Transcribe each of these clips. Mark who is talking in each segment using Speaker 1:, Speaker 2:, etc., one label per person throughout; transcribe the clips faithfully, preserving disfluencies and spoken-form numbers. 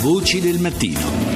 Speaker 1: Voci del mattino.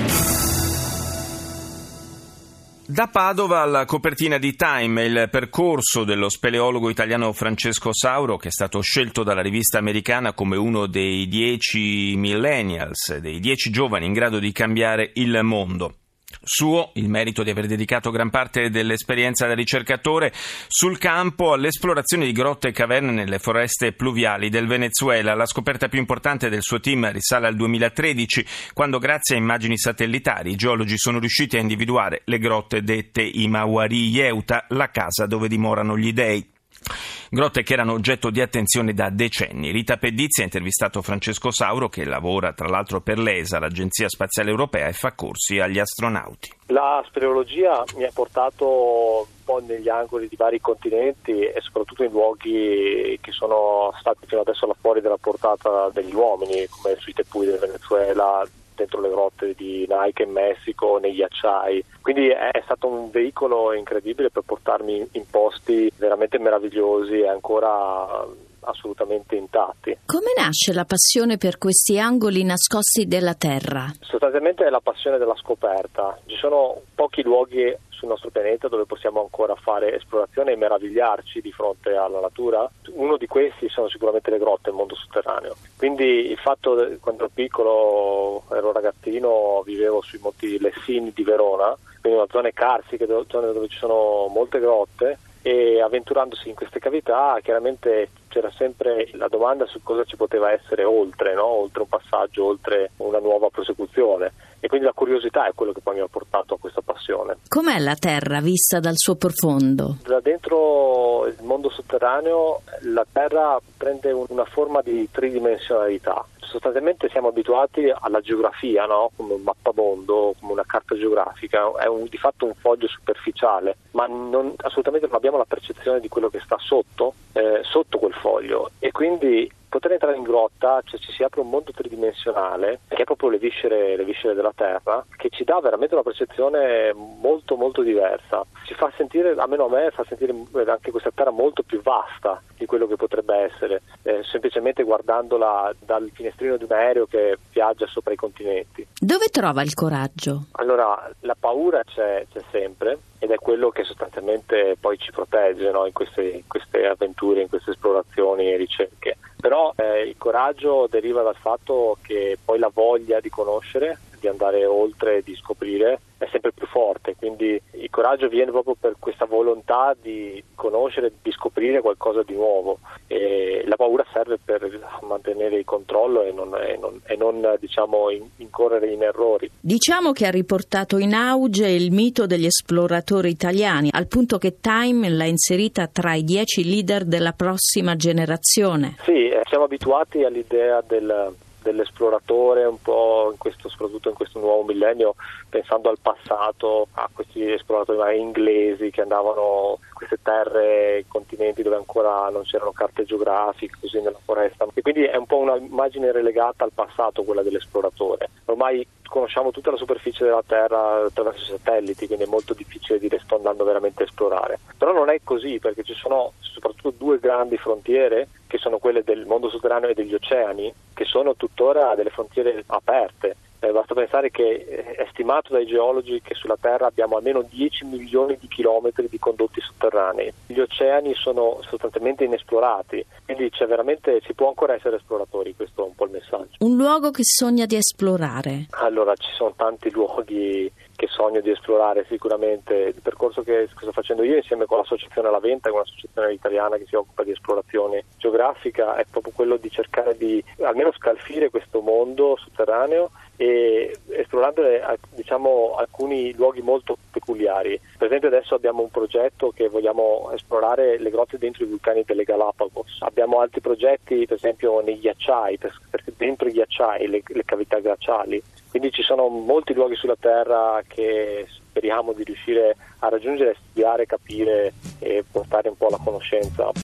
Speaker 1: Da Padova alla copertina di Time, il percorso dello speleologo italiano Francesco Sauro, che è stato scelto dalla rivista americana come uno dei dieci millennials, dei dieci giovani in grado di cambiare il mondo. Suo il merito di aver dedicato gran parte dell'esperienza da ricercatore sul campo all'esplorazione di grotte e caverne nelle foreste pluviali del Venezuela. La scoperta più importante del suo team risale al duemilatredici, quando grazie a immagini satellitari i geologi sono riusciti a individuare le grotte dette i Mawari Yeuta, la casa dove dimorano gli dei. Grotte che erano oggetto di attenzione da decenni. Rita Pedizzi ha intervistato Francesco Sauro, che lavora tra l'altro per l'E S A, l'Agenzia Spaziale Europea, e fa corsi agli astronauti.
Speaker 2: La speleologia mi ha portato un po' negli angoli di vari continenti e soprattutto in luoghi che sono stati fino adesso là fuori dalla portata degli uomini, come sui tepui del Venezuela, dentro le grotte di Naica in Messico, nei ghiacciai. Quindi è stato un veicolo incredibile per portarmi in posti veramente meravigliosi e ancora assolutamente intatti.
Speaker 3: Come nasce la passione per questi angoli nascosti della Terra?
Speaker 2: Sostanzialmente è la passione della scoperta. Ci sono pochi luoghi sul nostro pianeta dove possiamo ancora fare esplorazione e meravigliarci di fronte alla natura. Uno di questi sono sicuramente le grotte, il mondo sotterraneo. Quindi il fatto che quando ero piccolo, ero ragazzino, vivevo sui Monti Lessini di Verona, quindi una zone carsiche, zone dove ci sono molte grotte, e avventurandosi in queste cavità chiaramente c'era sempre la domanda su cosa ci poteva essere oltre, no? Oltre un passaggio, oltre una nuova prosecuzione, e quindi la curiosità è quello che poi mi ha portato a questa passione.
Speaker 3: Com'è la Terra vista dal suo profondo?
Speaker 2: Da dentro il mondo sotterraneo la Terra prende una forma di tridimensionalità. Sostanzialmente siamo abituati alla geografia, no? Come un mappamondo, come una carta geografica, è un, di fatto un foglio superficiale, ma non, assolutamente non abbiamo la percezione di quello che sta sotto, eh, sotto quel foglio, e quindi poter entrare in grotta, cioè ci si apre un mondo tridimensionale che è proprio le viscere, le viscere della Terra, che ci dà veramente una percezione molto molto diversa. Ci fa sentire, almeno a me, fa sentire anche questa Terra molto più vasta di quello che potrebbe essere, eh, semplicemente guardandola dal finestrino di un aereo che viaggia sopra i continenti.
Speaker 3: Dove trova il coraggio?
Speaker 2: Allora, la paura c'è, c'è sempre, ed è quello che sostanzialmente poi ci protegge, no? in, queste, in queste avventure, in queste esplorazioni e ricerche. Però eh, il coraggio deriva dal fatto che poi la voglia di conoscere, di andare oltre, di scoprire, è sempre più forte. Quindi il coraggio viene proprio per questa volontà di conoscere, di scoprire qualcosa di nuovo, e la paura serve per mantenere il controllo e non, e non, e non diciamo in, incorrere in errori.
Speaker 3: Diciamo che ha riportato in auge il mito degli esploratori italiani, al punto che Time l'ha inserita tra i dieci leader della prossima generazione.
Speaker 2: Sì, eh, siamo abituati all'idea del dell'esploratore un po' in questo, soprattutto in questo nuovo millennio, pensando al passato, a questi esploratori inglesi che andavano in queste terre, continenti dove ancora non c'erano carte geografiche, così nella foresta, e quindi è un po' un'immagine relegata al passato, quella dell'esploratore. Ormai conosciamo tutta la superficie della Terra attraverso i satelliti, quindi è molto difficile dire sto andando veramente a esplorare. Però non è così, perché ci sono soprattutto due grandi frontiere, che sono quelle del mondo sotterraneo e degli oceani, che sono tuttora delle frontiere aperte. Eh, basta pensare che è stimato dai geologi che sulla Terra abbiamo almeno dieci milioni di chilometri di condotti sotterranei. Gli oceani sono sostanzialmente inesplorati, quindi c'è veramente, ci può ancora essere esploratori, questo è un po' il messaggio.
Speaker 3: Un luogo che sogna di esplorare?
Speaker 2: Allora, ci sono tanti luoghi che sogno di esplorare sicuramente. Il percorso che sto facendo io insieme con l'associazione La Venta, che è un'associazione italiana che si occupa di esplorazione geografica, è proprio quello di cercare di almeno scalfire questo mondo sotterraneo e esplorando diciamo alcuni luoghi molto peculiari. Per esempio adesso abbiamo un progetto che vogliamo esplorare le grotte dentro i vulcani delle Galapagos. Abbiamo altri progetti, per esempio nei ghiacciai, perché dentro i ghiacciai, le, le cavità glaciali. Quindi ci sono molti luoghi sulla Terra che speriamo di riuscire a raggiungere, studiare, capire e portare un po' alla conoscenza.